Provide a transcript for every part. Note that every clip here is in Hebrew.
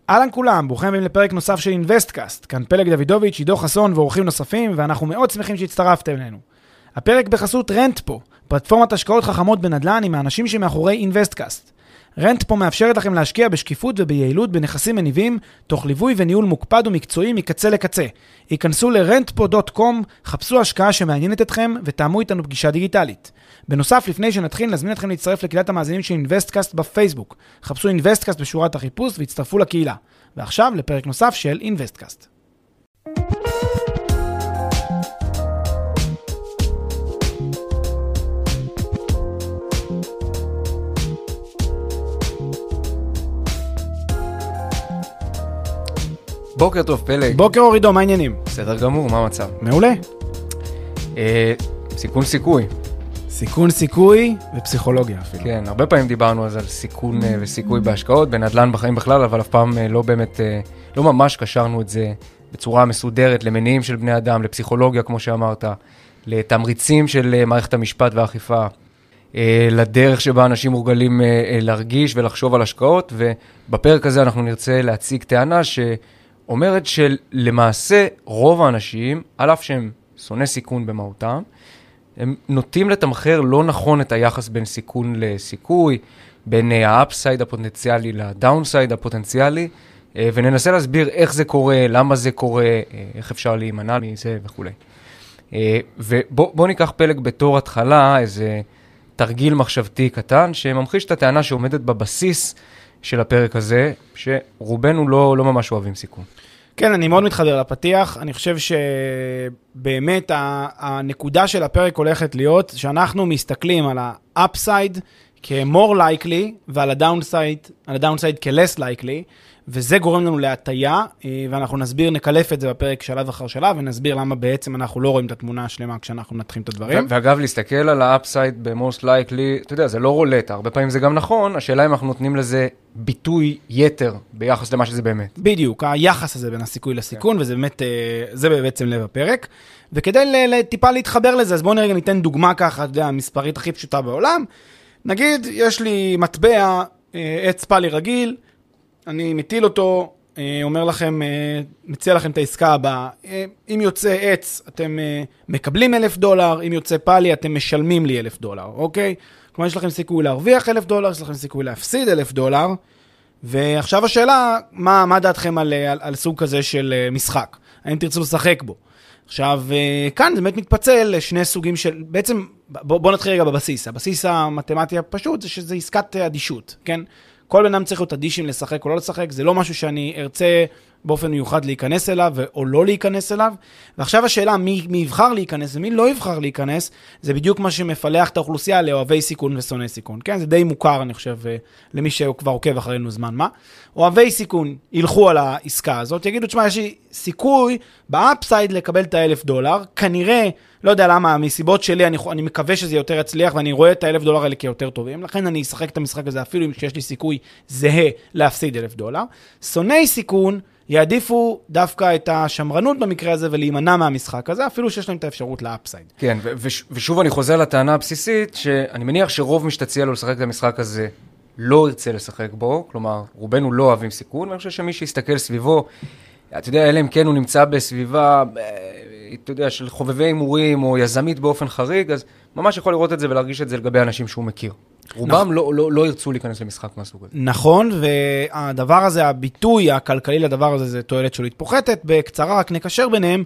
אהלן כולם, ברוכים הבאים לפרק נוסף של אינבסטקאסט. כאן פלג דוידוביץ', עידו חסון ואורחים נוספים, ואנחנו מאוד שמחים שהצטרפתם אלינו. הפרק בחסות רנטפו, פלטפורמת השקעות חכמות בנדל"ן עם האנשים שמאחורי אינבסטקאסט. רנטפו מאפשרת לכם להשקיע בשקיפות וביעילות בנכסים מניבים, תוך ליווי וניהול מוקפד ומקצועי מקצה לקצה. היכנסו ל-rentpo.com, חפשו השקעה שמעניינת אתכם ותאמו איתנו פגישה דיגיטלית. בנוסף, לפני שנתחיל, נזמין אתכם להצטרף לקהילת המאזינים של אינבסטקאסט בפייסבוק. חפשו אינבסטקאסט בשורת החיפוש והצטרפו לקהילה. ועכשיו לפרק נוסף של אינבסטקאסט. בוקר טוב פלג. בוקר אור עידו, מה העניינים? בסדר גמור, מה המצב? מעולה. סיכון סיכוי. סיכון סיכוי ופסיכולוגיה אפילו. כן, הרבה פעמים דיברנו אז על סיכון וסיכוי בהשקעות, בנדל"ן בחיים בכלל, אבל אף פעם לא באמת, לא ממש קשרנו את זה בצורה מסודרת למניעים של בני אדם, לפסיכולוגיה כמו שאמרת, לתמריצים של מערכת המשפט והאכיפה, לדרך שבה אנשים מורגלים להרגיש ולחשוב על השקעות, ובפרק הזה אנחנו נרצה להציג טענה שאומרת שלמעשה רוב האנשים, על אף שהם שונא סיכון במהותם, הם נוטים לתמחר לא נכון את היחס בין סיכון לסיכוי, בין האפסייד הפוטנציאלי לדאונסייד הפוטנציאלי, וננסה להסביר איך זה קורה, למה זה קורה, איך אפשר להימנע מזה וכו'. ובוא ניקח פלג בתור התחלה, איזה תרגיל מחשבתי קטן, שממחיש את הטענה שעומדת בבסיס של הפרק הזה, שרובנו לא ממש אוהבים סיכון. כן, אני מאוד מתחבר לפתיח. אני חושב שבאמת הנקודה של הפרק הולכת להיות שאנחנו מסתכלים על ה-upside כ-more likely ועל ה-downside כ-less likely, וזה גורם לנו להטיה, ואנחנו נקלף את זה בפרק שלב אחר שלב, ונסביר למה בעצם אנחנו לא רואים את התמונה השלמה כשאנחנו מנתחים את הדברים. ואגב, להסתכל על ה-upside ב-most likely, אתה יודע, זה לא רולטה, הרבה פעמים זה גם נכון, השאלה אם אנחנו נותנים לזה ביטוי יתר ביחס למה שזה באמת. בדיוק, היחס הזה בין הסיכוי לסיכון, וזה באמת, זה בעצם לב הפרק. וכדי טיפה להתחבר לזה, אז בואו נרגע ניתן דוגמה ככה, אתה יודע, המספרית הכי פשוטה בעולם. נגיד, יש לי מטבע, עץ פאלי רגיל, אני מטיל אותו, אומר לכם, מציע לכם את העסקה הבאה. אם יוצא עץ, אתם מקבלים $1,000, אם יוצא פאלי, אתם משלמים לי $1,000, אוקיי? כלומר, יש לכם סיכוי להרוויח $1,000, יש לכם סיכוי להפסיד $1,000, ועכשיו השאלה, מה דעתכם על סוג כזה של משחק? האם תרצו לשחק בו? עכשיו, כאן זה באמת מתפצל לשני סוגים של, בעצם, בוא נתחיל רגע בבסיס. הבסיס המתמטי הפשוט זה שזה עסקת אדישות, כן? כל בן אדם צריך להיות אדישים לשחק או לא לשחק, זה לא משהו שאני ארצה באופן מיוחד להיכנס אליו או לא להיכנס אליו. ועכשיו השאלה מי יבחר להיכנס ומי לא יבחר להיכנס, זה בדיוק מה שמפלח את האוכלוסייה לאוהבי סיכון ושונאי סיכון. כן, זה די מוכר, אני חושב, למי שכבר עוקב אחרינו זמן מה. אוהבי סיכון ילכו על העסקה הזאת, יגידו, תשמע, יש לי סיכוי באפסייד לקבל את $1,000, כנראה, לא יודע למה, מסיבות שלי, אני מקווה שזה יותר יצליח, ואני רואה את $1,000 האלה כיותר טובים, לכן אני אשחק את המשחק הזה, אפילו אם שיש לי סיכוי זהה להפסיד $1,000. שונאי סיכון יעדיפו דווקא את השמרנות במקרה הזה, ולהימנע מהמשחק הזה, אפילו שיש להם את האפשרות לאפסייד. כן, ושוב אני חוזר לטענה הבסיסית, שאני מניח שרוב משתציע לו לשחק את המשחק הזה, לא ירצה לשחק בו, כלומר, רובנו לא אוהבים סיכון, ואני חושב שמי שיסתכל סביבו, אתה יודע, אלא אם כן הוא נמצא בסביבה, אתה יודע, של חובבי הימורים או יזמית באופן חריג, אז ממש יכול לראות את זה ולהרגיש את זה לגבי אנשים שהוא מכיר. רובם לא ירצו להיכנס למשחק מהסוג הזה. נכון, והדבר הזה, הביטוי הכלכלי לדבר הזה, זה תועלת שולית פוחתת. בקצרה רק נקשר ביניהם,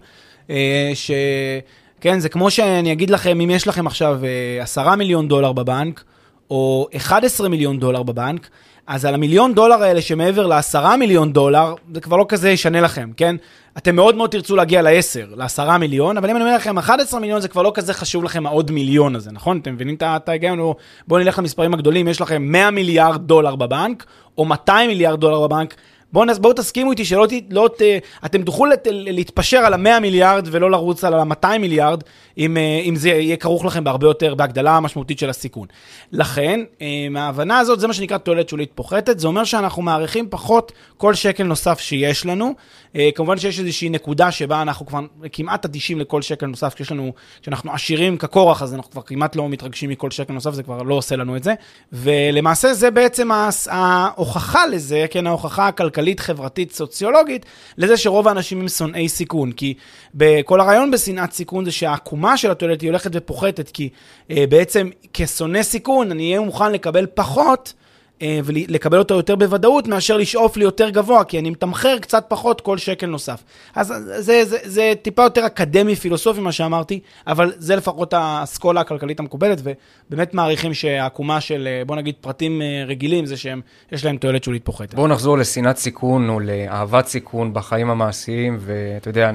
כן, זה כמו שאני אגיד לכם, אם יש לכם עכשיו $10 מיליון בבנק, או $11 מיליון בבנק, אז על $1 מיליון האלה שמעבר $10 מיליון, זה כבר לא כזה ישנה לכם, כן? אתם מאוד מאוד תרצו להגיע ל10 מיליון, אבל אם אני אומר לכם, 11 מיליון זה כבר לא כזה חשוב לכם העוד מיליון הזה, נכון? אתם מבינים את ההיגיון? בואו נלך למספרים הגדולים, יש לכם $100 מיליארד בבנק, או $200 מיליארד בבנק, בואו תסכימו איתי אתם תוכלו להתפשר על $100 מיליארד ולא לרוץ על $200 מיליארד, אם זה יהיה כרוך לכם בהרבה יותר בהגדלה משמעותית של הסיכון. לכן, מההבנה הזאת, זה מה שנקרא תועלת שולית פוחתת, זה אומר שאנחנו מעריכים פחות כל שקל נוסף שיש לנו, כמובן שיש איזושהי נקודה שבה אנחנו כבר כמעט אדישים לכל שקל נוסף, כשאנחנו עשירים כקורח, אז אנחנו כבר כמעט לא מתרגשים מכל שקל נוסף, זה כבר לא עושה לנו את זה, ולמעשה זה בעצם ההוכחה לזה, כן, ההוכחה הכלכלית, כלכלית, חברתית, סוציולוגית, לזה שרוב האנשים הם שונאי סיכון, כי בכל הרעיון בשנאת סיכון זה שהעקומה של התועלת היא הולכת ופוחתת, כי בעצם כשונא סיכון אני אהיה מוכן לקבל פחות, ולקבל אותו יותר בוודאות, מאשר לשאוף לי יותר גבוה, כי אני מתמחר קצת פחות כל שקל נוסף. אז זה טיפה יותר אקדמי, פילוסופי, מה שאמרתי, אבל זה לפחות האסכולה הכלכלית המקובלת, ובאמת מעריכים שהעקומה של, בוא נגיד, פרטים רגילים, זה שהם, יש להם תועלת שולית פוחתת. בואו נחזור לשנאת סיכון, או לאהבת סיכון בחיים המעשיים, ואתה יודע,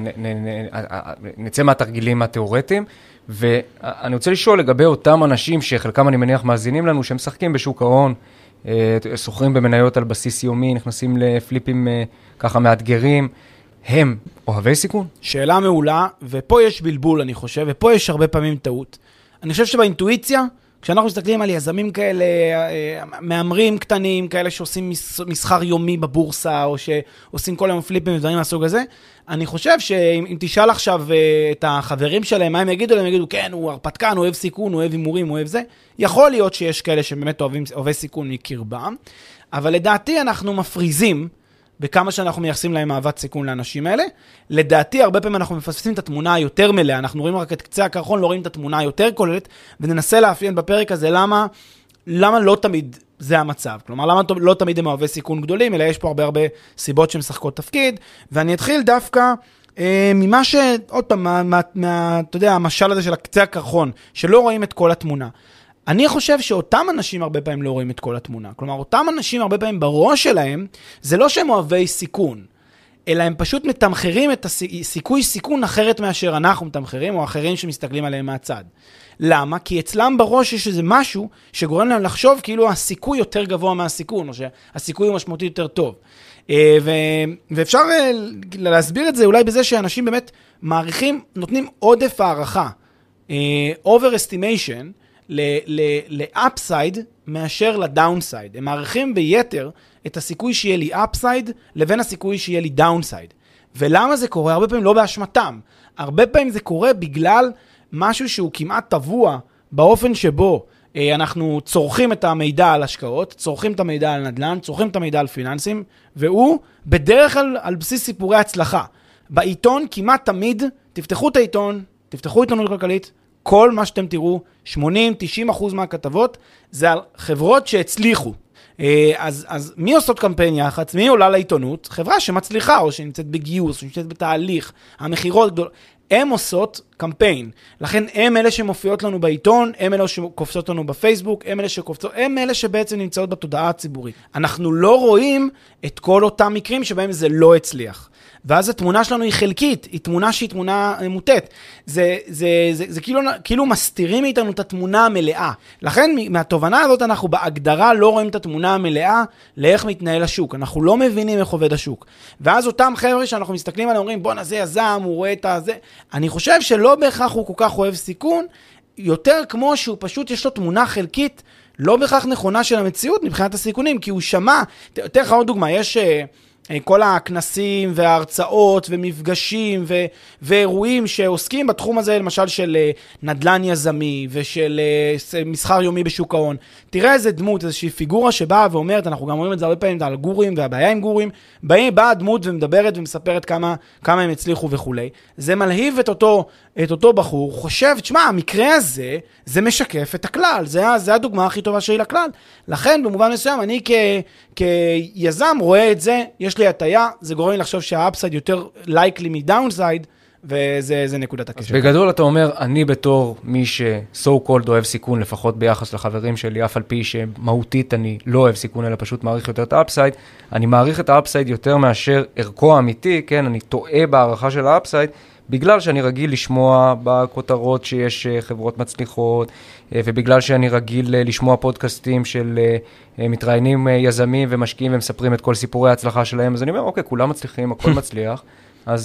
נצא מהתרגילים התיאורטיים, ואני רוצה לשאול לגבי אותם אנשים, שחלקם אני מניח מאזינים לנו, שהם משחקים בשוק ההון, סוחרים במניות על בסיס יומי, נכנסים לפליפים ככה מאתגרים, הם אוהבי סיכון? שאלה מעולה, ופה יש בלבול אני חושב, ופה יש הרבה פעמים טעות. אני חושב שבאינטואיציה, כשאנחנו מסתכלים על יזמים כאלה, מאמרים קטנים, כאלה שעושים מסחר יומי בבורסה, או שעושים כל היום פליפים ודברים מהסוג הזה, אני חושב שאם תשאל עכשיו את החברים שלהם, מה הם יגידו להם? יגידו, כן, הוא הרפתקן, הוא אוהב סיכון, הוא אוהב הימורים, הוא אוהב זה. יכול להיות שיש כאלה שבאמת אוהבי סיכון מקרבם, אבל לדעתי אנחנו מפריזים, בכמה שאנחנו מייחסים להם אהבת סיכון לאנשים האלה. לדעתי, הרבה פעמים אנחנו מפספסים את התמונה היותר מלאה, אנחנו רואים רק את קצה הקרחון, לא רואים את התמונה היותר כוללת, וננסה לאפיין בפרק הזה למה לא תמיד זה המצב. כלומר, למה לא תמיד הם אוהבי סיכון גדולים, אלא יש פה הרבה סיבות שמשחקות תפקיד, ואני אתחיל דווקא ממה עוד פעם, אתה יודע, המשל הזה של קצה הקרחון, שלא רואים את כל התמונה. אני חושב שאותם אנשים הרבה פעמים לא רואים את כל התמונה. כלומר, אותם אנשים הרבה פעמים בראש שלהם, זה לא שהם אוהבי סיכון, אלא הם פשוט מתמחרים את הסיכוי סיכון אחרת מאשר אנחנו מתמחרים, או אחרים שמסתכלים עליהם מהצד. למה? כי אצלם בראש יש איזה משהו שגורם להם לחשוב כאילו הסיכוי יותר גבוה מהסיכון, או שהסיכוי הוא משמעותי יותר טוב. ואפשר להסביר את זה אולי בזה שאנשים באמת מעריכים, נותנים עודף הערכה, overestimation, לאפסייד מאשר לדאונסייד. הם מעריכים ביתר את הסיכוי שיהיה לי אפסייד לבין הסיכוי שיהיה לי דאונסייד. ולמה זה קורה? הרבה פעמים לא באשמתם. הרבה פעמים זה קורה בגלל משהו שהוא כמעט טבוע באופן שבו אנחנו צורכים את המידע על השקעות, צורכים את המידע על נדל"ן, צורכים את המידע על פיננסים, והוא בדרך כלל על בסיס סיפורי הצלחה. בעיתון כמעט תמיד, תפתחו את העיתון, תפתחו עיתונות כלכלית, כל מה שאתם תראו, 80-90% מהכתבות, זה על חברות שהצליחו. אז מי עושות קמפיין יח"צ? מי עולה לעיתונות? חברה שמצליחה, או שנמצאת בגיוס, או שנמצאת בתהליך, המחירות גדולות. הם עושות קמפיין. לכן הם אלה שמופיעות לנו בעיתון, הם אלה שקופצות לנו בפייסבוק, הם אלה שבעצם נמצאות בתודעה הציבורית. אנחנו לא רואים את כל אותם מקרים שבהם זה לא הצליח. ואז התמונה שלנו היא חלקית, היא תמונה שהיא תמונה מוטט. זה כאילו מסתירים מאיתנו את התמונה המלאה. לכן מהתובנה הזאת אנחנו בהגדרה לא רואים את התמונה המלאה לאיך מתנהל השוק. אנחנו לא מבינים איך עובד השוק. ואז אותם חבר'ה שאנחנו מסתכלים עליהם אומרים, בוא נזה יזם, הוא רואה את הזה. אני חושב שלא בהכרח הוא כל כך אוהב סיכון, יותר כמו שהוא פשוט יש לו תמונה חלקית, לא בהכרח נכונה של המציאות מבחינת הסיכונים, כי הוא שמע, תראה לך עוד דוגמה, יש כל הכנסים וההרצאות ומפגשים ואירועים שעוסקים בתחום הזה, למשל של נדל"ן יזמי ושל מסחר יומי בשוק ההון. תראה איזה דמות, איזושהי פיגורה שבאה ואומרת, אנחנו גם רואים את זה הרבה פעמים על גורים והבעיה עם גורים, באה דמות ומדברת ומספרת כמה הם הצליחו וכו'. זה מלהיב את אותו בחור, חושב, תשמע, המקרה הזה, זה משקף את הכלל, זה הדוגמה הכי טובה שלי לכלל. לכן, במובן מסוים, אני כיזם רואה את זה, יש לי הטיה, זה גורם לי לחשוב שהאפסייד יותר לייקלי מדאונסייד, וזה נקודת הקשר. בגדול אתה אומר, אני בתור מי ש-so called אוהב סיכון, לפחות ביחס לחברים שלי, אף על פי שמהותית אני לא אוהב סיכון, אלא פשוט מעריך יותר את האפסייד, אני מעריך את האפסייד יותר מאשר ערכו האמיתי, כן, אני טועה בהערכה של האפסייד, בגלל שאני רגיל לשמוע בכותרות שיש חברות מצליחות, ובגלל שאני רגיל לשמוע פודקאסטים של מתראיינים יזמים ומשקיעים ומספרים את כל סיפורי ההצלחה שלהם, אז אני אומר, אוקיי, כולם מצליחים, הכל מצליח, אז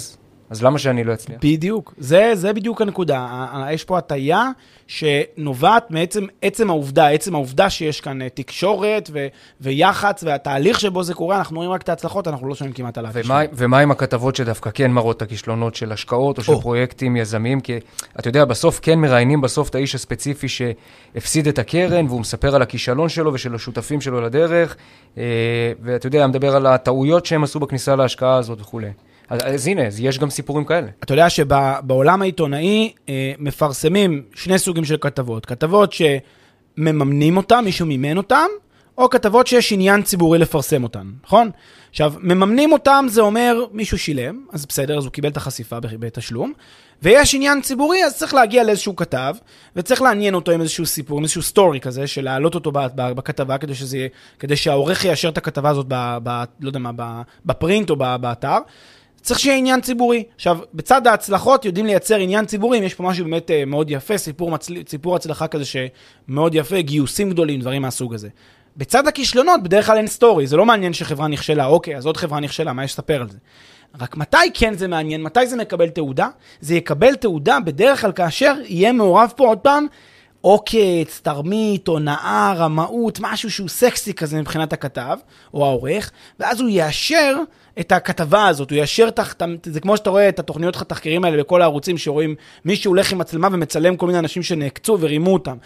אז למה שאני לא אצליח? בדיוק, זה בדיוק הנקודה. יש פה הטעיה שנובעת מעצם העובדה שיש כאן תקשורת ויח"צ, והתהליך שבו זה קורה, אנחנו רואים רק את ההצלחות, אנחנו לא שומעים כמעט על ההצלחות. ומה עם הכתבות שדווקא כן מראות את הכישלונות של השקעות או של פרויקטים יזמיים? כי אתה יודע, בסוף כן מראיינים בסוף את האיש הספציפי שהפסיד את הקרן, והוא מספר על הכישלון שלו ושל השותפים שלו לדרך, ואתה יודע, מדבר על הטעויות שהם עשו בכניסה להשקעה הזאת וכו'. אז הנה, יש גם סיפורים כאלה. אתה יודע שבעולם העיתונאי מפרסמים שני סוגים של כתבות. כתבות שמממנים אותם, מישהו מימן אותם, או כתבות שיש עניין ציבורי לפרסם אותן, נכון? עכשיו, מממנים אותם זה אומר מישהו שילם, אז בסדר, אז הוא קיבל את החשיפה בתשלום, ויש עניין ציבורי, אז צריך להגיע לאיזשהו כתב, וצריך לעניין אותו עם איזשהו סיפור, עם איזשהו סטורי כזה, של להעלות אותו בכתבה, כדי שהעורך יאשר את הכתבה הזאת, לא יודע מה, בפרינט או באתר, צריך שיהיה עניין ציבורי. עכשיו, בצד ההצלחות יודעים לייצר עניין ציבורי, יש פה משהו באמת מאוד יפה, סיפור הצלחה כזה שמאוד יפה, גיוסים גדולים, דברים מהסוג הזה. בצד הכישלונות, בדרך כלל אין סטורי, זה לא מעניין שחברה נכשלה, אוקיי, אז עוד חברה נכשלה, מה יש לספר על זה? רק מתי כן זה מעניין, מתי זה מקבל תעודה? זה יקבל תעודה בדרך כלל כאשר יהיה מעורב פה עוד פעם, עוקץ, תרמית, הונאה, רמאות, משהו שהוא סקסי כזה מבחינת הכתב, או העורך, ואז הוא יאשר את הכתבה הזאת, הוא יאשר, זה כמו שאתה רואה את התוכניות התחקירים האלה בכל הערוצים, שרואים מישהו הולך עם מצלמה ומצלם כל מיני אנשים שנעקצו ורימו אותם.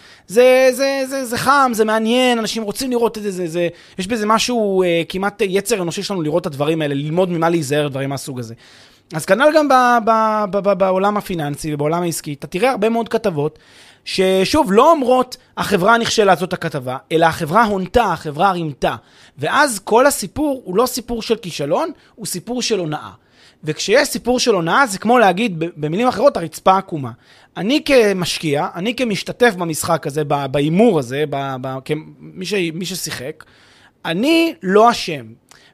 זה חם, זה מעניין, אנשים רוצים לראות את זה, יש בזה משהו כמעט יצר אנושי שלנו לראות את הדברים האלה, ללמוד ממה להיזהר, דברים מהסוג הזה. אז כנ"ל גם בעולם הפיננסי ובעולם העסקי, אתה תראה הרבה מאוד כתבות, ששוב, לא אומרות, החברה נכשלה זאת הכתבה, אלא החברה הונתה, החברה רימתה. ואז כל הסיפור הוא לא סיפור של כישלון, הוא סיפור של הונאה. וכשיש סיפור של הונאה, זה כמו להגיד, במילים אחרות, הרצפה עקומה. אני כמשקיע, אני כמשתתף במשחק הזה, באימור הזה, מי ששיחק, אני לא אשם.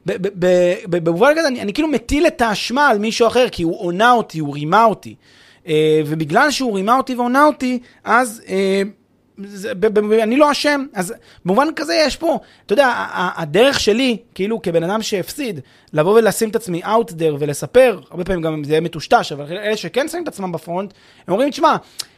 במובן כזה, אני כאילו מטיל את האשמה על מישהו אחר, כי הוא עונה אותי, הוא רימה אותי. ובגלל שהוא רימה אותי ועונה אותי, אז אני לא אשם. אז במובן כזה יש פה, אתה יודע, הדרך שלי, כאילו כבן אדם שהפסיד, לבוא ולשים את עצמי out there ולספר, הרבה פעמים גם זה יהיה מטושטש, אבל אלה שכן שמים את עצמם בפרונט, הם אומרים, תשמע,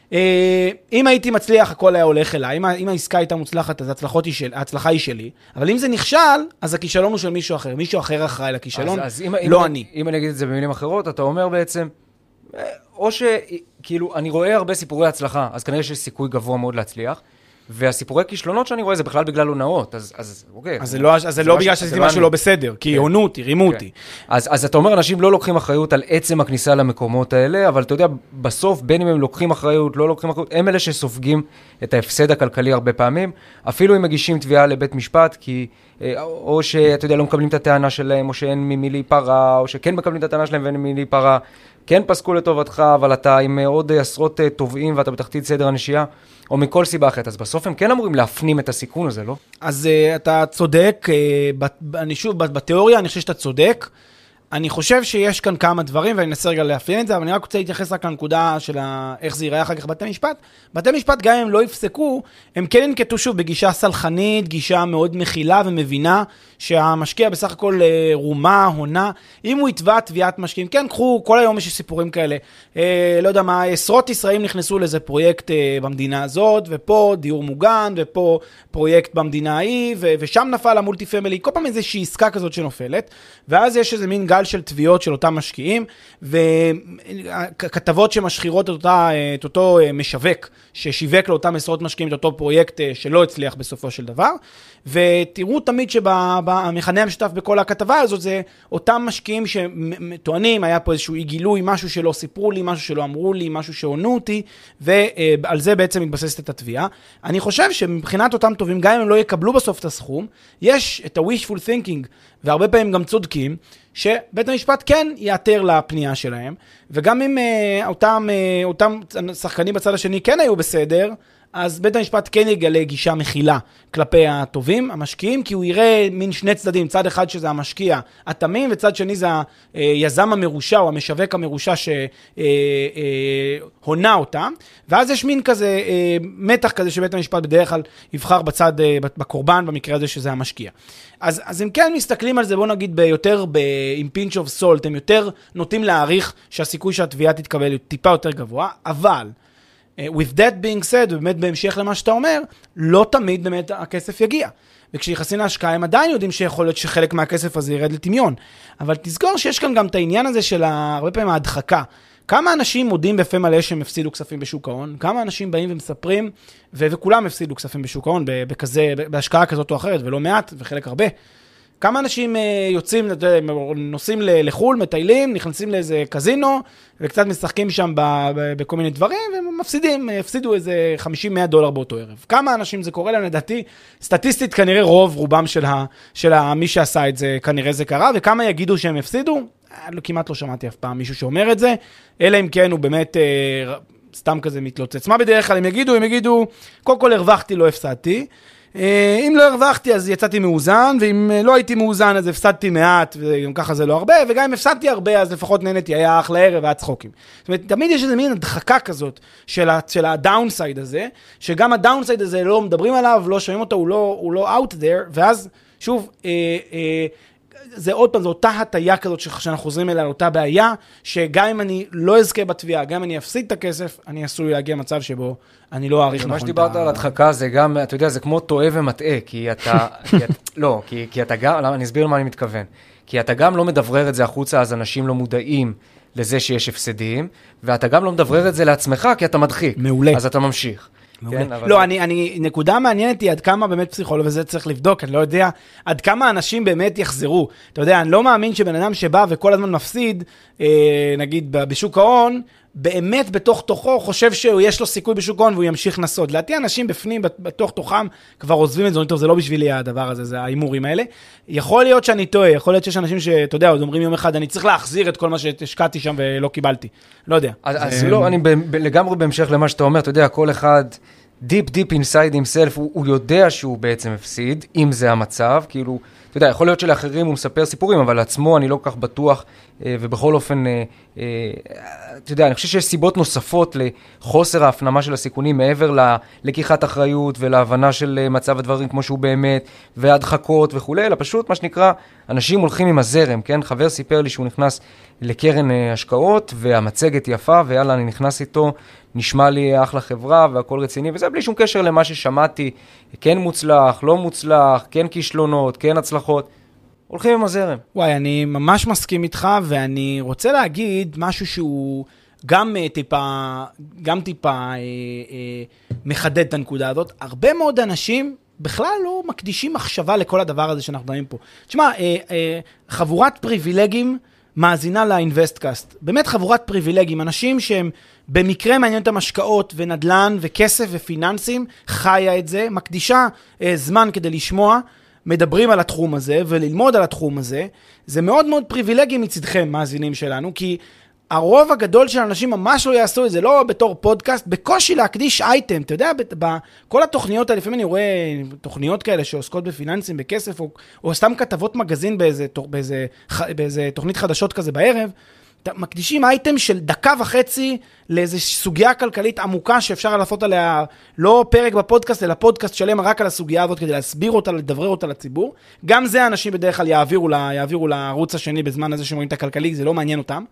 אם הייתי מצליח, הכל היה הולך אליי, אם העסקה הייתה מוצלחת, אז ההצלחה היא שלי, אבל אם זה נכשל, אז הכישלון הוא של מישהו אחר, מישהו אחר אחראי לכישלון, לא אני. אם אני אגיד את זה במילים אחרות, אתה אומר בעצם, או שכאילו אני רואה הרבה סיפורי הצלחה, אז כנראה שיש סיכוי גבוה מאוד להצליח, והסיפורי כישלונות שאני רואה זה בכלל בגלל הונאות, אז אוקיי. אז זה לא בגלל שעשיתי משהו לא בסדר, כי הונו אותי, רימו אותי. אז אתה אומר, אנשים לא לוקחים אחריות על עצם הכניסה למקומות האלה, אבל אתה יודע, בסוף, בין אם הם לוקחים אחריות, לא לוקחים אחריות, הם אלה שסופגים את ההפסד הכלכלי הרבה פעמים, אפילו אם מגישים תביעה לבית משפט, כי או שאתה יודע, לא מקבלים את הטענה שלהם, או שאין ממי להיפרע, או שכן מקבלים את הטענה שלהם ואין ממי להיפרע, כן פסקו לטובתך, אבל אתה עם עוד עשרות תובעים ואתה בתחתית סדר הנשייה, או מכל סיבה אחרת. אז בסוף הם כן אמורים להפנים את הסיכון הזה, לא? אז אתה צודק, אני שוב, בתיאוריה אני חושב שאתה צודק, אני חושב שיש כאן כמה דברים, ואני אנסה רגע להפעין את זה, אבל אני רק רוצה להתייחס רק לנקודה של איך זה ייראה אחר כך בתי משפט. בתי משפט, גם אם לא יפסקו, הם כן ינקטו שוב בגישה סלחנית, גישה מאוד מכילה ומבינה, שהמשקיע בסך הכל רומה, הונה. אם הוא יתבע תביעת משקיעים, כן, קחו, כל היום יש סיפורים כאלה. לא יודע מה, עשרות ישראלים נכנסו לאיזה פרויקט במדינה הזאת, ופה דיור מוגן, ופה פרויקט במדינה ההיא, ושם נפל המולטי פמילי, כל פעם איזושהי עסקה כזאת שנופלת, ואז יש איזה מין גל של תביעות של אותם משקיעים, וכתבות שמשחירות את אותו משווק, ששיווק לאותם עשרות משקיעים את אותו פרויקט שלא הצליח בסופו של דבר, ותראו תמיד שהמכנה המשותף בכל הכתבה הזאת זה אותם משקיעים שטוענים, היה פה איזשהו גילוי, משהו שלא סיפרו לי, משהו שלא אמרו לי, משהו שעונו אותי, ועל זה בעצם מתבססת את התביעה. אני חושב שמבחינת אותם טובים, גם אם הם לא יקבלו בסוף את הסכום, יש את ה-wishful thinking, והרבה פעמים גם צודקים, שבית המשפט כן יאתר לפנייה שלהם, וגם אם אותם שחקנים בצד השני כן היו בסדר, אז בית המשפט כן יגלה גישה מכילה כלפי הטובים, המשקיעים, כי הוא יראה מין שני צדדים, צד אחד שזה המשקיע התמים, וצד שני זה היזם המרושע, או המשווק המרושע שהונה אותם, ואז יש מין כזה מתח כזה שבית המשפט בדרך כלל יבחר בצד, בקורבן, במקרה הזה שזה המשקיע. אז אם כן מסתכלים על זה, בואו נגיד ביותר, עם pinch of salt, הם יותר נוטים להעריך שהסיכוי שהתביעה תתקבל טיפה יותר גבוה, אבל with that being said, ובאמת בהמשך למה שאתה אומר, לא תמיד באמת הכסף יגיע. וכשיחסים להשקעה, הם עדיין יודעים שיכול להיות שחלק מהכסף הזה ירד לטמיון. אבל תזכור שיש כאן גם את העניין הזה של הרבה פעמים ההדחקה. כמה אנשים מודים בפה מלא שהם הפסידו כספים בשוק ההון? כמה אנשים באים ומספרים, וכולם הפסידו כספים בשוק ההון, בהשקעה כזאת או אחרת, ולא מעט, וחלק הרבה. כמה אנשים יוצאים, נוסעים לחול, מטיילים, נכנסים לאיזה קזינו, וקצת משחקים שם בכל מיני דברים, ומפסידים, הפסידו איזה $50-100 באותו ערב. כמה אנשים זה קורה להם, לדעתי, סטטיסטית כנראה רובם של מי שעשה את זה, כנראה זה קרה, וכמה יגידו שהם הפסידו? כמעט לא שמעתי אף פעם מישהו שאומר את זה, אלא אם כן הוא באמת סתם כזה מתלוצץ. מה בדרך כלל הם יגידו, קודם כל הרווחתי, לא הפסדתי, אם לא הרווחתי אז יצאתי מאוזן, ואם לא הייתי מאוזן אז הפסדתי מעט, וגם ככה זה לא הרבה, וגם אם הפסדתי הרבה אז לפחות נהנתי, היה אחלה ערב והיה צחוקים. זאת אומרת, תמיד יש איזה מין הדחקה כזאת של הדאונסייד הזה, שגם הדאונסייד הזה לא מדברים עליו, לא שומעים אותו, הוא לא out there, ואז שוב, זה עוד פעם, זו אותה הטיה כזאת שאנחנו חוזרים אליה, אותה בעיה, שגם אם אני לא אזכה בתביעה, גם אם אני אפסיד את הכסף, אני עשוי להגיע מצב שבו אני לא אעריך נכון. מה שדיברת על הדחקה זה גם, אתה יודע, זה כמו טועה ומטעה, כי אתה, לא, כי אתה גם, אני אסביר למה אני מתכוון, כי אתה גם לא מדברר את זה החוצה, אז אנשים לא מודעים לזה שיש הפסדים, ואתה גם לא מדברר את זה לעצמך, כי אתה מדחיק. מעולה. אז אתה ממשיך. כן, לא, נקודה מעניינת היא עד כמה באמת פסיכולוג, וזה צריך לבדוק, אני לא יודע, עד כמה אנשים באמת יחזרו. אתה יודע, אני לא מאמין שבן אדם שבא וכל הזמן מפסיד, נגיד בשוק ההון, באמת בתוך תוכו חושב שיש לו סיכוי בשוק ההון והוא ימשיך נסוד. לדעתי אנשים בפנים, בתוך תוכם, כבר עוזבים את זה, טוב, זה לא בשבילי הדבר הזה, זה האימורים האלה. יכול להיות שאני טועה, יכול להיות שיש אנשים שאתה יודע, עוד אומרים יום אחד, אני צריך להחזיר את כל מה שהשקעתי שם ולא קיבלתי. לא יודע. אז לא, אני לגמרי בהמשך למה שאתה אומר, אתה יודע, כל אחד deep inside himself, הוא יודע שהוא בעצם הפסיד, אם זה המצב, כאילו, אתה יודע, יכול להיות שלאחרים הוא מספר סיפורים, אבל לעצמו אני לא כל כך בטוח, ובכל אופן, אתה יודע, אני חושב שיש סיבות נוספות לחוסר ההפנמה של הסיכונים, מעבר ללקיחת אחריות ולהבנה של מצב הדברים כמו שהוא באמת, והדחקות וכו', אלא פשוט מה שנקרא, אנשים הולכים עם הזרם, כן? חבר סיפר לי שהוא נכנס לקרן השקעות, והמצגת יפה, ויאללה, אני נכנס איתו, נשמע לי אחלה חברה והכל רציני, וזה בלי שום קשר למה ששמעתי, כן מוצלח, לא מוצלח, כן כישלונות, כן הצלחות, הולכים עם הזרם. וואי, אני ממש מסכים איתך, ואני רוצה להגיד משהו שהוא גם טיפה מחדד את הנקודה הזאת. הרבה מאוד אנשים בכלל לא מקדישים מחשבה לכל הדבר הזה שאנחנו דנים פה. תשמע, חבורת פריבילגים מאזינה לאינבסטקאסט. באמת חבורת פריבילגים, אנשים שהם במקרה מעניין את המשקעות ונדלן וכסף ופיננסים, חיה את זה, מקדישה זמן כדי לשמוע, מדברים על התחום הזה וללמוד על התחום הזה. זה מאוד מאוד פריבילגי מצדכם, מאזינים שלנו, כי הרוב הגדול של אנשים ממש לא יעשו את זה, לא בתור פודקאסט, בקושי להקדיש אייטם. אתה יודע, בכל התוכניות האלה, לפעמים אני רואה תוכניות כאלה שעוסקות בפיננסים, בכסף, או סתם כתבות מגזין באיזה תוכנית חדשות כזה בערב, מקדישים אייטם של 1.5 דקות לאיזו סוגיה כלכלית עמוקה שאפשר לעשות עליה, לא פרק בפודקאסט, אלא פודקאסט שלם רק על הסוגיה הזאת, כדי להסביר אותה, לדברר אותה לציבור. גם זה האנשים בדרך כלל יעבירו לערוץ השני בזמן הזה שמורים את הכלכלי, זה לא מעניין אותם.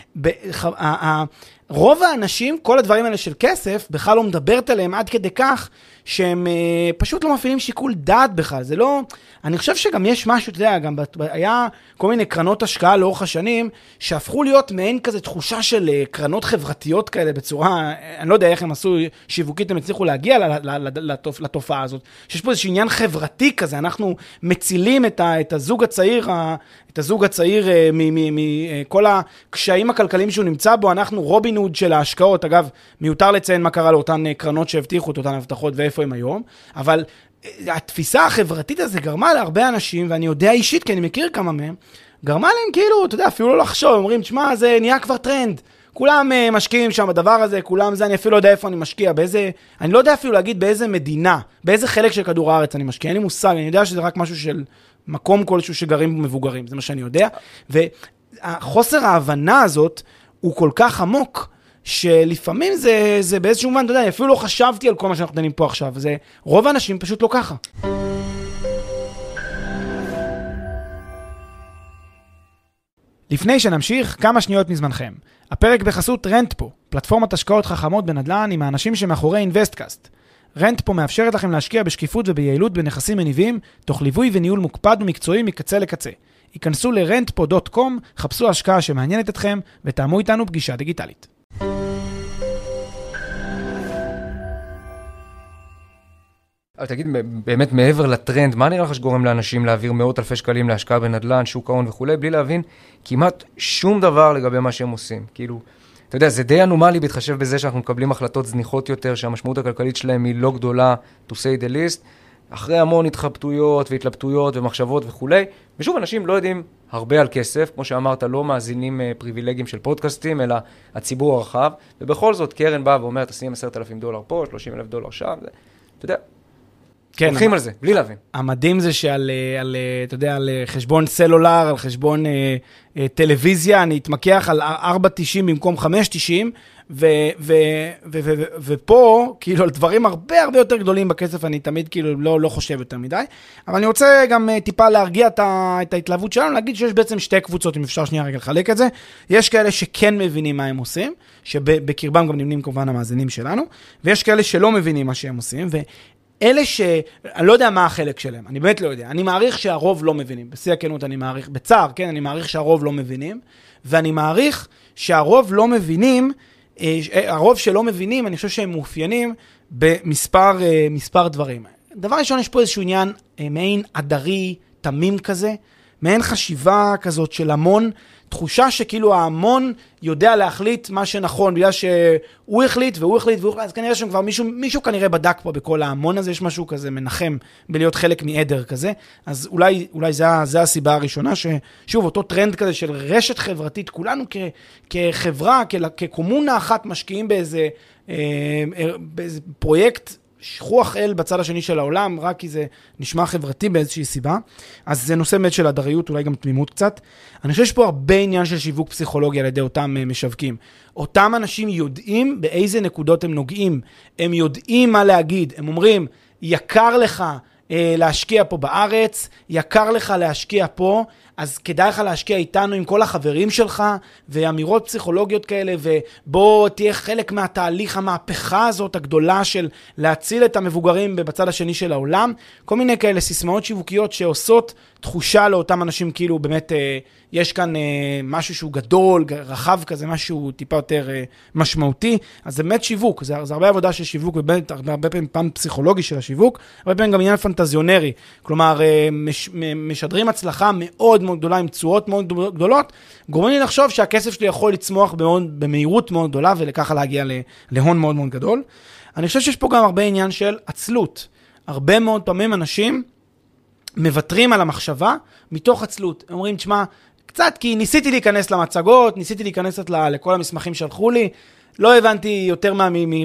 רוב האנשים, כל הדברים האלה של כסף, בכלל לא מדברת עליהם עד כדי כך, שהם פשוט לא מפעילים שיקול דעת בכלל. זה לא, אני חושב שגם יש משהו, אתה יודע, גם היה כל מיני קרנות השקעה לאורך השנים, שהפכו להיות מעין כזה תחושה של קרנות חברתיות כאלה בצורה, אני לא יודע איך הם עשו שיווקית, הם הצליחו להגיע לתופעה הזאת, שיש פה איזשהו עניין חברתי כזה, אנחנו מצילים את הזוג הצעיר מכל הקשיים הכלכליים שהוא נמצא בו, אנחנו רובין הוד של ההשקעות. אגב, מיותר לציין מה קרה לאותן קרנות שהבטיחו את אותן הבטחות ואיפה הם היום, אבל התפיסה החברתית הזה גרמה להרבה אנשים, ואני יודע אישית כי אני מכיר כמה מהם, גרמה להם כאילו, אתה יודע, אפילו לא לחשוב, אומרים, תשמע, זה נהיה כבר טרנד, כולם משקיעים שם בדבר הזה, כולם זה, אני אפילו לא יודע איפה אני משקיע, אני לא יודע אפילו להגיד באיזה מדינה, באיזה חלק של כדור הארץ אני משקיע, אין לי מושג, אני יודע שזה רק משהו של מקום כלשהו שגרים מבוגרים, זה מה שאני יודע, וחוסר ההבנה הזאת הוא כל כך עמוק, שלפעמים זה באיזשהו מובן, אתה יודע, אפילו לא חשבתי על כל מה שאנחנו דנים פה עכשיו, רוב האנשים פשוט לא ככה. לפני שנמשיך, כמה שניות מזמנכם. הפרק בחסות רנטפו, פלטפורמת השקעות חכמות בנדל"ן עם האנשים שמאחורי אינבסטקאסט. רנטפו מאפשרת לכם להשקיע בשקיפות וביעילות בנכסים מניבים, תוך ליווי וניהול מוקפד ומקצועי מקצה לקצה. היכנסו ל-rentpo.com, חפשו השקעה שמעניינת אתכם ותאמו איתנו פגישה דיגיטלית. אבל תגיד, באמת מעבר לטרנד, מה נראה לך שגורם לאנשים להעביר מאות אלפי שקלים להשקעה בנדל"ן, שוק ההון וכו', בלי להבין כמעט שום דבר לגבי מה שהם עושים? כאילו, אתה יודע, זה די אנומלי בהתחשב בזה שאנחנו מקבלים החלטות זניחות יותר, שהמשמעות הכלכלית שלהם היא לא גדולה, to say the least, אחרי המון התחבטויות והתלבטויות ומחשבות וכו'. ושוב, אנשים לא יודעים הרבה על כסף, כמו שאמרת, לא מאזינים פריבילגיים של פודקאסטים, אלא הציבור הרחב, ובכל זאת קרן באה ואומרת, תשים $10,000 פה, $30,000 שם, אתה יודע, כן, הולכים על זה, בלי להבין. המדהים זה שעל, אתה יודע, על חשבון סלולר, על חשבון טלוויזיה, אני אתמקח על 4.90 במקום 5.90, ופה, כאילו, על דברים הרבה יותר גדולים בכסף, אני תמיד כאילו לא חושב יותר מדי, אבל אני רוצה גם טיפה להרגיע את ההתלהבות שלנו, להגיד שיש בעצם שתי קבוצות, אם אפשר שנייה רגע לחלק את זה, יש כאלה שכן מבינים מה הם עושים, שבקרבם גם נמנים כמובן המאזינים שלנו, ויש כאלה שלא מבינים מה שהם עושים, אלה אני לא יודע מה החלק שלהם, אני באמת לא יודע, אני מעריך שהרוב לא מבינים, בשיא הכנות אני מעריך, בצער, כן, אני מעריך שהרוב לא מבינים, ואני מעריך שהרוב לא מבינים, הרוב שלא מבינים, אני חושב שהם מאופיינים במספר דברים. דבר ראשון, יש פה איזשהו עניין מעין עדרי, תמים כזה, מעין חשיבה כזאת של המון, תחושה שכאילו ההמון יודע להחליט מה שנכון, בגלל שהוא החליט והוא החליט, אז כנראה שכבר מישהו כנראה בדק פה בכל ההמון הזה, יש משהו כזה מנחם בלהיות חלק מעדר כזה, אז אולי זה הסיבה הראשונה, ששוב, אותו טרנד כזה של רשת חברתית, כולנו כחברה, כקומונה אחת משקיעים באיזה פרויקט, שכוח אל בצד השני של העולם, רק כי זה נשמע חברתי באיזושהי סיבה. אז זה נושא באמת של הדריות, אולי גם תמימות קצת. אני חושב שיש פה הרבה עניין של שיווק פסיכולוגי על ידי אותם משווקים. אותם אנשים יודעים באיזה נקודות הם נוגעים. הם יודעים מה להגיד. הם אומרים, יקר לך להשקיע פה בארץ, יקר לך להשקיע פה, אז כדאי לך להשקיע איתנו עם כל החברים שלך, ואמירות פסיכולוגיות כאלה, ובוא תהיה חלק מהתהליך המהפכה הזאת הגדולה של להציל את המבוגרים בצד השני של העולם. כל מיני כאלה סיסמאות שיווקיות שעושות תחושה לאותם אנשים, כאילו באמת יש כאן משהו שהוא גדול, רחב כזה, משהו טיפה יותר משמעותי. אז זה באמת שיווק, זה הרבה עבודה של שיווק, ובאמת הרבה פעמים פסיכולוגי של השיווק, הרבה פעמים גם עניין פנטזיונרי. כלומר, משדרים הצלחה מאוד מאוד גדולה, עם צורות מאוד גדולות, גורמים לי לחשוב שהכסף שלי יכול לצמוח במהירות מאוד גדולה, ולככה להגיע להון מאוד מאוד גדול. אני חושב שיש פה גם הרבה עניין של עצלות. הרבה מאוד פעמים אנשים מוותרים על המחשבה מתוך עצלות. הם אומרים, תשמע, קצת כי ניסיתי להיכנס למצגות, ניסיתי להיכנס לכל המסמכים שלחו לי, לא הבנתי יותר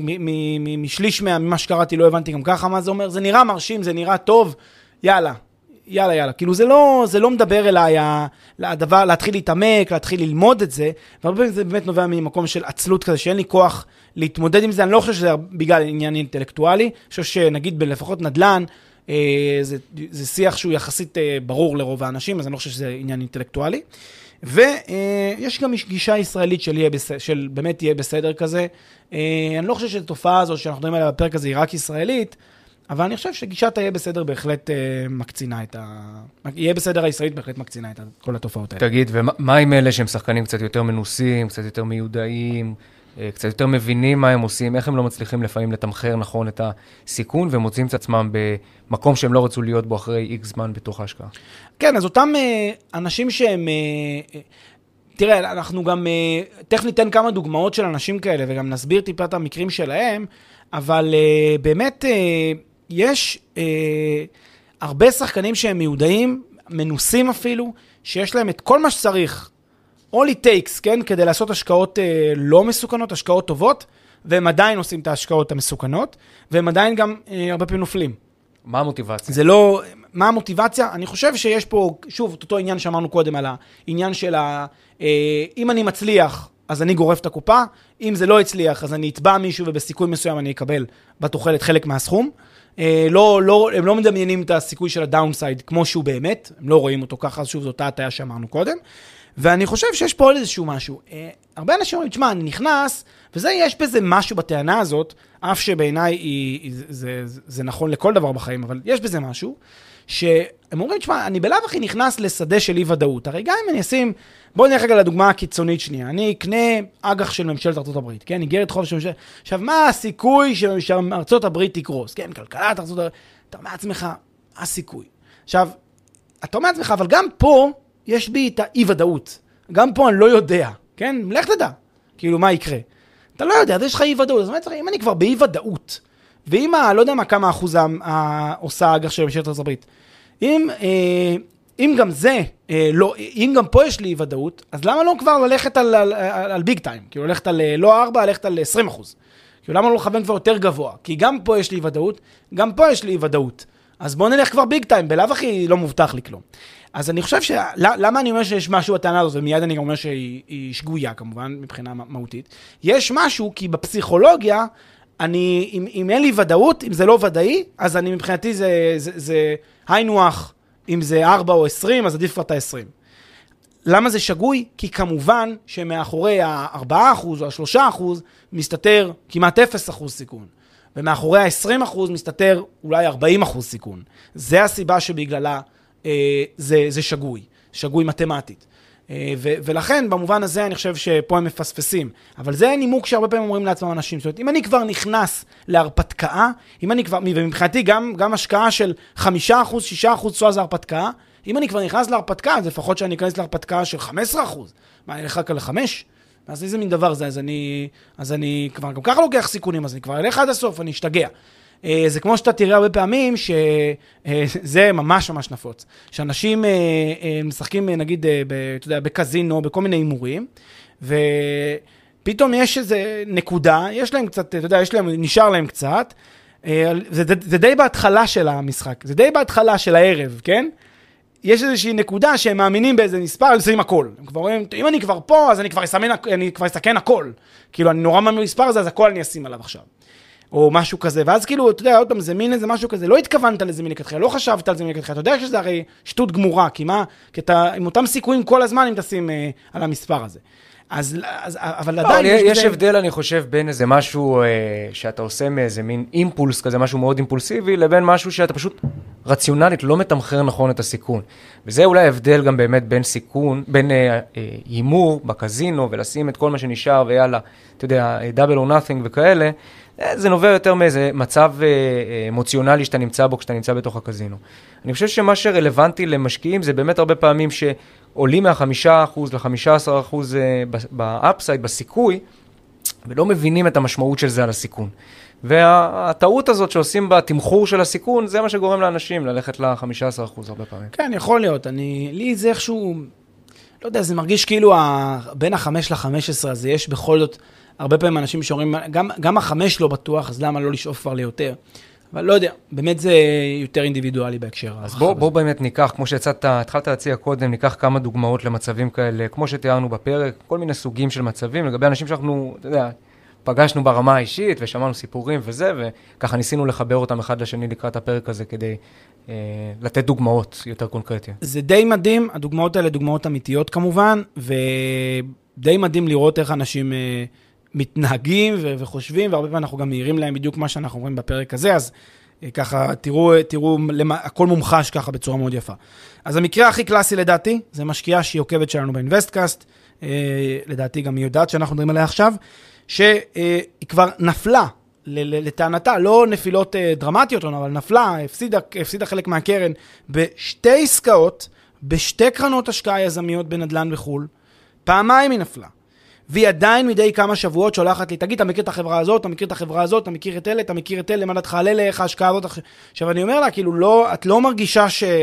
משליש ממה שקראתי, לא הבנתי גם ככה מה זה אומר, זה נראה מרשים, זה נראה טוב, יאללה. כאילו זה לא מדבר אליי, הדבר, להתחיל להתעמק, להתחיל ללמוד את זה, והרבה פעמים זה באמת נובע ממקום של עצלות כזה, שאין לי כוח להתמודד עם זה, אני לא חושב שזה בגלל עניין אינטלקטואלי, אני חושב שנגיד בלפחות נדל"ן, זה שיח שהוא יחסית ברור לרוב האנשים, אז אני לא חושב שזה עניין אינטלקטואלי, ויש גם גישה ישראלית של באמת יהיה בסדר כזה, אני לא חושב שתופעה הזו שאנחנו מדברים עליה בפרק הזה היא רק ישראלית, אבל אני חושב שגישת יהיה בסדר בהחלט מקצינה יהיה בסדר הישראלית בהחלט מקצינה את כל התופעות האלה. תגיד, ומה עם אלה שהם שחקנים קצת יותר מנוסים, קצת יותר מיודעים, קצת יותר מבינים מה הם עושים, איך הם לא מצליחים לפעמים לתמחר נכון את הסיכון, ומוצאים את עצמם במקום שהם לא רצו להיות בו אחרי איקס זמן בתוך ההשקעה? כן, אז אותם אנשים שהם, תראה, אנחנו גם, תכף ניתן כמה דוגמאות של אנשים כאלה, וגם נסביר טיפה את המקרים שלהם, אבל באמת יש הרבה שחקנים שהם מיודעים, מנוסים אפילו, שיש להם את כל מה שצריך all it takes, כן, כדי לעשות השקעות לא מסוכנות, השקעות טובות, והם עדיין עושים את ההשקעות המסוכנות, והם עדיין גם הרבה פעמים נופלים. מה המוטיבציה? זה לא, מה המוטיבציה? אני חושב שיש פה, שוב, אותו עניין שאמרנו קודם על העניין של אם אני מצליח, אז אני גורף את הקופה, אם זה לא הצליח, אז אני אתבע מישהו, ובסיכוי מסוים אני אקבל בתוחלת חלק מהסכום. הם לא מדמיינים את הסיכוי של הדאונסייד כמו שהוא באמת, הם לא רואים אותו ככה, אז שוב, זו אותה הטעיה שאמרנו קודם. ואני חושב שיש פה עוד איזשהו משהו. הרבה אנשים אומרים, תשמע, אני נכנס, יש בזה משהו בטענה הזאת, אף שבעיניי זה נכון לכל דבר בחיים, אבל יש בזה משהו, שהם אומרים, תשמע, אני בלב הכי נכנס לשדה של אי ודאות. הרי גם אם אני אשים, בואו נלך רגע לדוגמה הקיצונית שנייה, אני אקנה אג"ח של ממשלת ארצות הברית, כן? איגרת חוב של ממשלת... עכשיו, מה הסיכוי שארצות הברית תקרוס? כן, כלכלת ארצות הברית... אתה אומר לעצמך, הסיכוי. עכשיו, אתה אומר לעצמך, אבל גם פה יש בי את האי ודאות. גם פה אני לא יודע, כן? לך תדע, כאילו, מה יקרה? אתה לא יודע, אז יש לך אי ודאות. זאת אומרת, אם אני כבר באי ודאות, ואם, לא יודע מה, כמה אחוז עושה אג"ח של ממשלת ארצות הברית, אם גם זה, לא, אם גם פה יש לי ודאות, אז למה לא כבר ללכת על ביג טיים? כאילו ללכת על לא 4, ללכת על 20%. כאילו למה לא לכוון כבר יותר גבוה? כי גם פה יש לי ודאות, גם פה יש לי ודאות. אז בוא נלך כבר ביג טיים, בלב הכי לא מובטח לי כלום. אז אני חושב למה אני אומר שיש משהו בטענה הזאת, ומיד אני גם אומר שהיא שגויה כמובן, מבחינה מהותית. יש משהו, כי בפסיכולוגיה, אם אין לי ודאות, אם זה לא ודאי, אז אני מבחינתי זה היינוח, אם זה 4 או 20, אז עדיף כבר את ה-20. למה זה שגוי? כי כמובן שמאחורי ה-4% או ה-3% מסתתר כמעט 0% סיכון. ומאחורי ה-20% מסתתר אולי 40% סיכון. זה הסיבה שבגללה זה שגוי. שגוי מתמטית. ולכן במובן הזה אני חושב שפה הם מפספסים. אבל זה נימוק שהרבה פעמים אומרים לעצמם אנשים. זאת אומרת, אם אני כבר נכנס להרפתקה, ומבחינתי גם השקעה של 5%, 6% תשואה זה הרפתקה, אם אני כבר נכנס להרפתקה, אז לפחות שאני אכנס להרפתקה של 15%. מה, אני אלך רק על 5? אז איזה מין דבר זה? אז אני כבר גם ככה לוקח סיכונים, אז אני כבר אלך עד הסוף, אני אשתגע. זה כמו שאתה תראה הרבה פעמים, שזה ממש ממש נפוץ. שאנשים משחקים, נגיד, אתה יודע, בקזינו, בכל מיני הימורים, ופתאום יש איזה נקודה, יש להם קצת, אתה יודע, נשאר להם קצת, זה די בהתחלה של המשחק, זה די בהתחלה של הערב, כן? יש איזושהי נקודה שהם מאמינים באיזה מספר, הם עושים הכל. הם כבר אומרים, אם אני כבר פה, אז אני כבר אסכן הכל. כאילו, אני נורא מאמין במספר הזה, אז הכל אני אשים עליו עכשיו. או משהו כזה. ואז כאילו, אתה יודע, עוד פעם, זה מין איזה משהו כזה, לא התכוונת לזה מלכתחילה, לא חשבת על זה מלכתחילה. אתה יודע שזה הרי שטות גמורה, כי אתה עם אותם סיכויים כל הזמן, אם תשים על המספר הזה. אבל עדיין יש הבדל, אני חושב, בין איזה משהו שאתה עושה מאיזה מין אימפולס כזה, משהו מאוד אימפולסיבי, לבין משהו שאתה פשוט רציונלית לא מתמחר נכון את הסיכון. וזה אולי הבדל גם באמת בין סיכון, בין הימור בקזינו, ולשים את כל מה שנשאר, ויאללה, אתה יודע, double or nothing וכאלה, זה נובע יותר מאיזה מצב אמוציונלי שאתה נמצא בו, כשאתה נמצא בתוך הקזינו. אני חושב שמה שרלוונטי למשקיעים, זה באמת הרבה פעמים שעולים מה5% ל15% באפסייד, בסיכוי, ולא מבינים את המשמעות של זה על הסיכון. והטעות הזאת שעושים בתמחור של הסיכון, זה מה שגורם לאנשים ללכת ל15% הרבה פעמים. כן, יכול להיות. לי זה איכשהו, לא יודע, זה מרגיש כאילו בין ה5 ל15 הזה, יש בכל זאת הרבה פעמים אנשים שאומרים, גם ה5 לא בטוח, אז למה לא לשאוף כבר ליותר? אבל לא יודע, באמת זה יותר אינדיבידואלי בהקשר. אז בוא באמת ניקח, כמו התחלת להציע קודם, ניקח כמה דוגמאות למצבים כאלה, כמו שתיארנו בפרק, כל מיני סוגים של מצבים, לגבי אנשים שאנחנו, אתה יודע, פגשנו ברמה האישית ושמענו סיפורים וזה, וככה ניסינו לחבר אותם אחד לשני לקראת הפרק הזה כדי לתת דוגמאות יותר קונקרטיות. זה די מדהים, הדוגמאות האלה דוגמאות אמיתיות כמובן, ודי מדהים לראות איך אנשים מתנהגים וחושבים, והרבה פעמים אנחנו גם מעירים להם בדיוק מה שאנחנו אומרים בפרק הזה, אז ככה תראו הכל מומחש ככה בצורה מאוד יפה. אז המקרה הכי קלאסי לדעתי, זה משקיעה שהיא עוקבת שלנו באינבסטקאסט, לדעתי גם היא יודעת שאנחנו מדברים עליה עכשיו, שהיא כבר נפלה, לטענתה, לא נפילות דרמטיות, אבל נפלה, הפסידה חלק מהקרן, בשתי עסקאות, בשתי קרנות השקעה יזמיות בנדלן בחול, פעמיים היא נפלה. והיא עדיין מדי כמה שבועות שולחת לי, תגיד, אתה מכיר את החברה הזאת, אתה מכיר את החברה הזאת, אתה מכיר את אלה, אתה מכיר את אלה, מה דעתך על אלה, איך ההשקעה הזאת. עכשיו אני אומר לה, כאילו, את לא מרגישה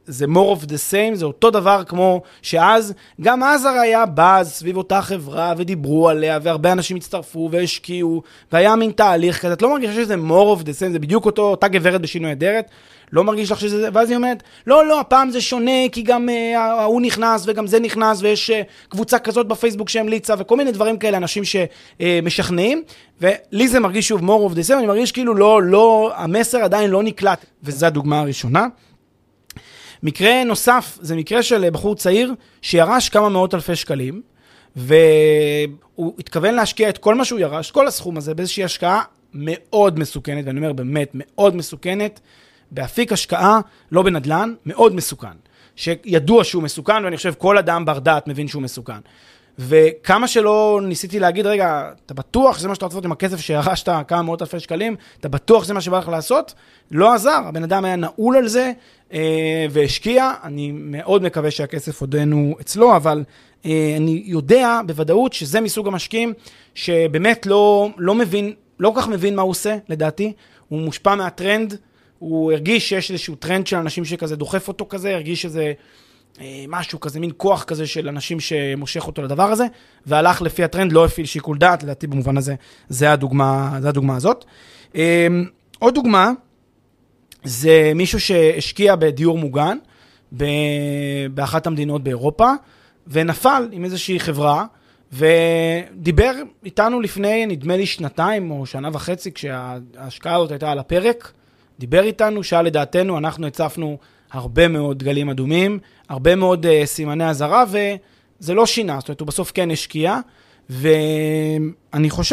זה more of the same, זה אותו דבר כמו שאז, גם אז הרי היה באז סביב אותה חברה, ודיברו עליה, והרבה אנשים הצטרפו והשקיעו, והיה מין תהליך כזה, את לא מרגישה שזה more of the same, זה בדיוק אותה גברת בשינוי אדרת, לא מרגיש לך שזה, ואז היא אומרת, לא, הפעם זה שונה, כי גם הוא נכנס, וגם זה נכנס, ויש קבוצה כזאת בפייסבוק שהמליצה, וכל מיני דברים כאלה, אנשים שמשכנעים, ולי זה מרגיש שוב more of the same, אני מרגיש כאילו לא, המסר עדיין לא נקלט, וזו הדוגמה הראשונה. מקרה נוסף, זה מקרה של בחור צעיר, שירש כמה מאות אלפי שקלים, והוא התכוון להשקיע את כל מה שהוא ירש, כל הסכום הזה, באיזושהי השקעה מאוד מסוכנת, ואני אומר באמת מאוד מסוכנת, באפיק השקעה, לא בנדלן, מאוד מסוכן. שידוע שהוא מסוכן, ואני חושב כל אדם בר דעת מבין שהוא מסוכן. וכמה שלא ניסיתי להגיד, רגע, אתה בטוח שזה מה שאתה רוצה לעשות עם הכסף שירשת כמה מאות אלפי שקלים, אתה בטוח שזה מה שבא לך לעשות? לא עזר, הבן אדם היה נעול על זה, והשקיע, אני מאוד מקווה שהכסף עודנו אצלו, אבל אני יודע בוודאות שזה מסוג המשקיעים, שבאמת לא מבין, לא כל כך מבין מה הוא עושה, לדעתי, הוא מושפע מהטרנד, הוא הרגיש שיש איזשהו טרנד של אנשים שכזה דוחף אותו כזה, הרגיש שזה משהו כזה, מין כוח כזה של אנשים שמושך אותו לדבר הזה, והלך לפי הטרנד, לא הפעיל שיקול דעת, לדעתי במובן הזה, זה הדוגמה הזאת. עוד דוגמה, זה מישהו שהשקיע בדיור מוגן, באחת המדינות באירופה, ונפל עם איזושהי חברה, ודיבר איתנו לפני, נדמה לי שנתיים או שנה וחצי, כשההשקעה הזאת הייתה על הפרק, דיבר איתנו, שאל לדעתנו, אנחנו הצפנו הרבה מאוד דגלים אדומים, הרבה מאוד סימני הזרה, וזה לא שינה, זאת אומרת, הוא בסוף כן השקיע, ואני חושב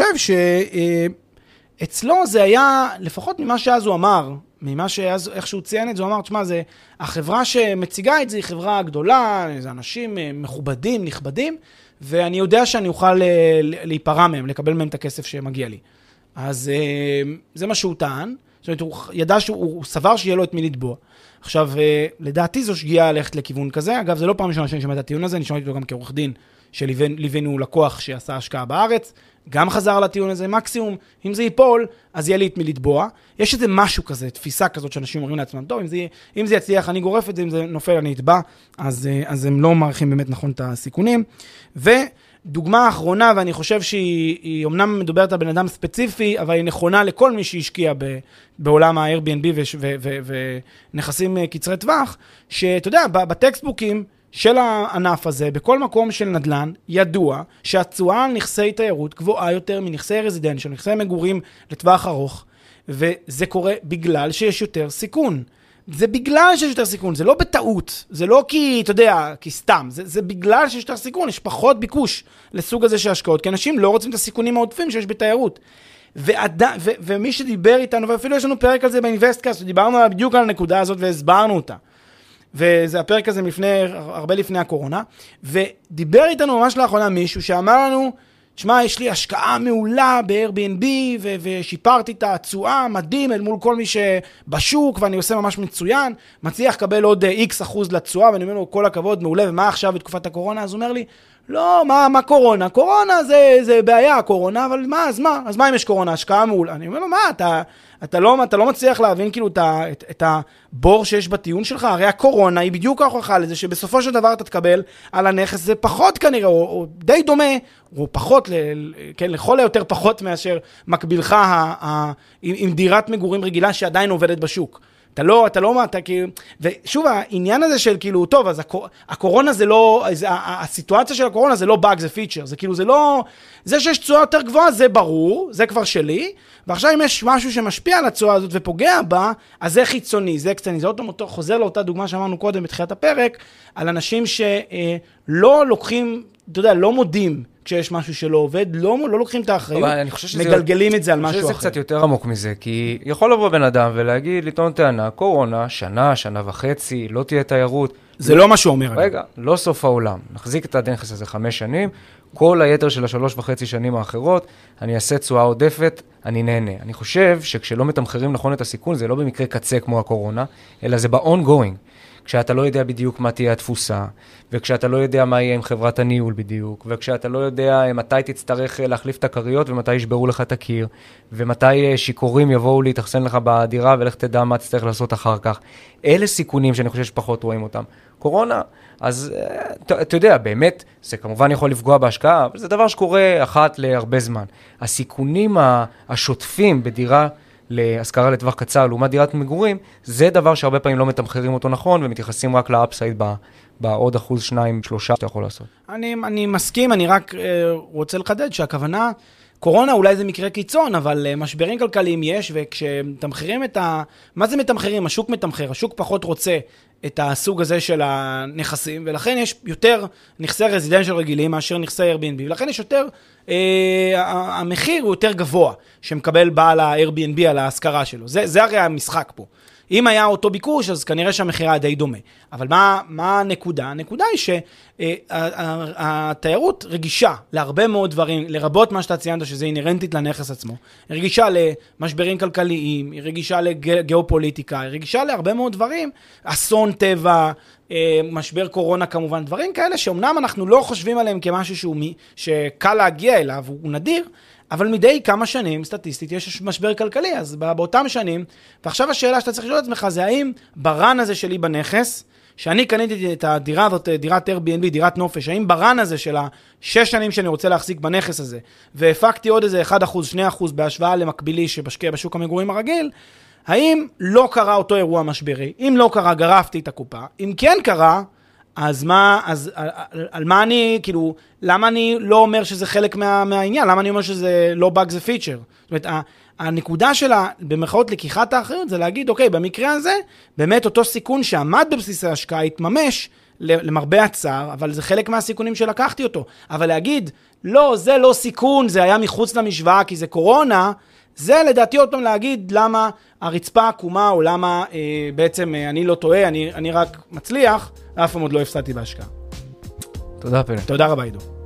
שאצלו זה היה, לפחות ממה שאז הוא אמר, ממה שאז, איך שהוא ציין את זה, הוא אמר, תשמע, זה, החברה שמציגה את זה היא חברה גדולה, זה אנשים מכובדים, נכבדים, ואני יודע שאני אוכל להיפרע מהם, לקבל מהם את הכסף שמגיע לי. אז זה מה שהוא טען, זאת אומרת, הוא ידע שהוא סבר שיהיה לו את מי לתבוע. עכשיו, לדעתי זו שגיאה ללכת לכיוון כזה. אגב, זה לא פעם ראשונה שאני שומע את הטיעון הזה, אני שמעתי אותו גם כעורך דין, שליווינו לקוח שעשה השקעה בארץ, גם חזר לטיעון הזה, מקסימום, אם זה ייפול, אז יהיה לי את מי לתבוע. יש איזה משהו כזה, תפיסה כזאת שאנשים אומרים לעצמם, טוב, אם זה יצליח, אני גורף את זה, אם זה נופל, אני אתבע, אז הם לא מעריכים באמת נכון את הסיכונים. ודוגמה האחרונה, ואני חושב שהיא אומנם מדוברת על בן אדם ספציפי, אבל היא נכונה לכל מי שהשקיע בעולם ה-Airbnb ונכסים קצרי טווח, שאתה יודע, בטקסטבוקים של הענף הזה, בכל מקום של נדל"ן, ידוע שהתשואה על נכסי תיירות גבוהה יותר מנכסי רזידנשל, נכסי מגורים לטווח ארוך, וזה קורה בגלל שיש יותר סיכון. זה בגלל שיש יותר סיכון, זה לא בטעות, זה לא כי, אתה יודע, כי סתם, זה בגלל שיש יותר סיכון, יש פחות ביקוש לסוג הזה של השקעות, כי אנשים לא רוצים את הסיכונים העודפים שיש בתיירות. ומי שדיבר איתנו, ואפילו יש לנו פרק על זה באינבסטקאסט, ודיברנו בדיוק על הנקודה הזאת והסברנו אותה. וזה הפרק הזה הרבה לפני הקורונה, ודיבר איתנו ממש לאחרונה מישהו שאמר לנו, תשמע, יש לי השקעה מעולה ב-Airbnb, ושיפרתי את התשואה, מדהים, אל מול כל מי שבשוק, ואני עושה ממש מצוין, מצליח לקבל עוד X% לתשואה, ואני אומר לו, כל הכבוד, מעולה, ומה עכשיו בתקופת הקורונה? אז הוא אומר לי, לא, מה קורונה? קורונה זה בעיה, קורונה, אבל אז מה אם יש קורונה? השקעה מעולה. אני אומר לו, מה, אתה לא מצליח להבין כאילו את הבור שיש בטיעון שלך, הרי הקורונה היא בדיוק ההוכחה לזה, שבסופו של דבר אתה תקבל על הנכס, זה פחות כנראה, או די דומה, או פחות, כן, לכל היותר פחות מאשר מקבילך עם דירת מגורים רגילה שעדיין עובדת בשוק. אתה כאילו, ושוב, העניין הזה של כאילו, טוב, אז הקורונה זה לא, הסיטואציה של הקורונה זה לא באג, זה פיצ'ר, זה כאילו, זה לא, זה שיש תשואה יותר גבוהה, זה ברור, זה כבר שלי, ועכשיו אם יש משהו שמשפיע על התשואה הזאת ופוגע בה, אז זה חיצוני, זה קצני, זה אותו חוזר לאותה דוגמה שאמרנו קודם בתחילת הפרק, על אנשים שלא לוקחים, אתה יודע, לא מודים כשיש משהו שלא עובד, לא לוקחים את האחריות, מגלגלים את זה על משהו אחר. אני חושב שזה קצת יותר עמוק מזה, כי יכול לבוא בן אדם ולהגיד, לטעון טענה, קורונה, שנה וחצי, לא תהיה תיירות. זה לא מה שהוא אומר. רגע, לא סוף העולם. נחזיק את הנכס הזה 5 שנים, כל היתר של 3.5 שנים האחרות, אני אעשה תשואה עודפת, אני נהנה. אני חושב שכשלא מתמחרים נכון את הסיכון, זה לא במקרה קצה כמו הקורונה, אלא זה ב-ongoing. כשאתה לא יודע בדיוק מה תהיה התפוסה, וכשאתה לא יודע מה יהיה עם חברת הניהול בדיוק, וכשאתה לא יודע מתי תצטרך להחליף את הקריות, ומתי ישברו לך את הקיר, ומתי שיקורים יבואו להתאכסן לך בדירה, ולך תדע מה תצטרך לעשות אחר כך. אלה סיכונים שאני חושב שפחות רואים אותם. קורונה, אז אתה יודע, באמת, זה כמובן יכול לפגוע בהשקעה, אבל זה דבר שקורה אחת להרבה זמן. הסיכונים השוטפים בדירה להשכרה לטווח קצר, לעומת דירת מגורים, זה דבר שהרבה פעמים לא מתמחרים אותו נכון, ומתייחסים רק לאפסייד בעוד 1%, 2%, 3% שאתה יכול לעשות. אני מסכים, אני רק רוצה לחדד שהכוונה, קורונה אולי זה מקרה קיצון, אבל משברים כלכליים יש, וכשמתמחרים מה זה מתמחרים? השוק מתמחר, השוק פחות רוצה את הסוג הזה של הנכסים, ולכן יש יותר נכסי רזידנשל רגילים מאשר נכסי Airbnb, ולכן יש יותר, המחיר הוא יותר גבוה, שמקבל בעל ה-Airbnb על ההשכרה שלו. זה הרי המשחק פה. אם היה אותו ביקוש, אז כנראה שהמחיר היה די דומה. אבל מה הנקודה? הנקודה היא שהתיירות רגישה להרבה מאוד דברים, לרבות מה שאתה ציינת, שזה אינרנטית לנכס עצמו. היא רגישה למשברים כלכליים, היא רגישה לגיאופוליטיקה, היא רגישה להרבה מאוד דברים, אסון טבע, משבר קורונה כמובן, דברים כאלה שאומנם אנחנו לא חושבים עליהם כמשהו שקל להגיע אליו, הוא נדיר, אבל מדי כמה שנים, סטטיסטית, יש משבר כלכלי, אז באותם שנים, ועכשיו השאלה שאתה צריך לשאול את עצמך, זה האם ברן הזה שלי בנכס, שאני קניתי את הדירה הזאת, דירת Airbnb, דירת נופש, האם ברן הזה של 6 שנים שאני רוצה להחזיק בנכס הזה, והפקתי עוד איזה 1%, 2% בהשוואה למקבילי שבשקיע בשוק המגורים הרגיל, האם לא קרה אותו אירוע משברי? אם לא קרה, גרפתי את הקופה. אם כן קרה, אז על מה אני, כאילו, למה אני לא אומר שזה חלק מהעניין? למה אני אומר שזה לא bug זה feature? זאת אומרת, הנקודה שלה, במרכאות לקיחת האחריות, זה להגיד, אוקיי, במקרה הזה, באמת אותו סיכון שעמד בבסיס ההשקעה התממש, למרבה הצער, אבל זה חלק מהסיכונים שלקחתי אותו. אבל להגיד, לא, זה לא סיכון, זה היה מחוץ למשוואה, כי זה קורונה, זה לדעתי עוד פעם להגיד למה הרצפה עקומה, או למה בעצם אני לא טועה, אני רק מצליח, אף פעם עוד לא הפסדתי בהשקעה. תודה פלא. תודה רבה עידו.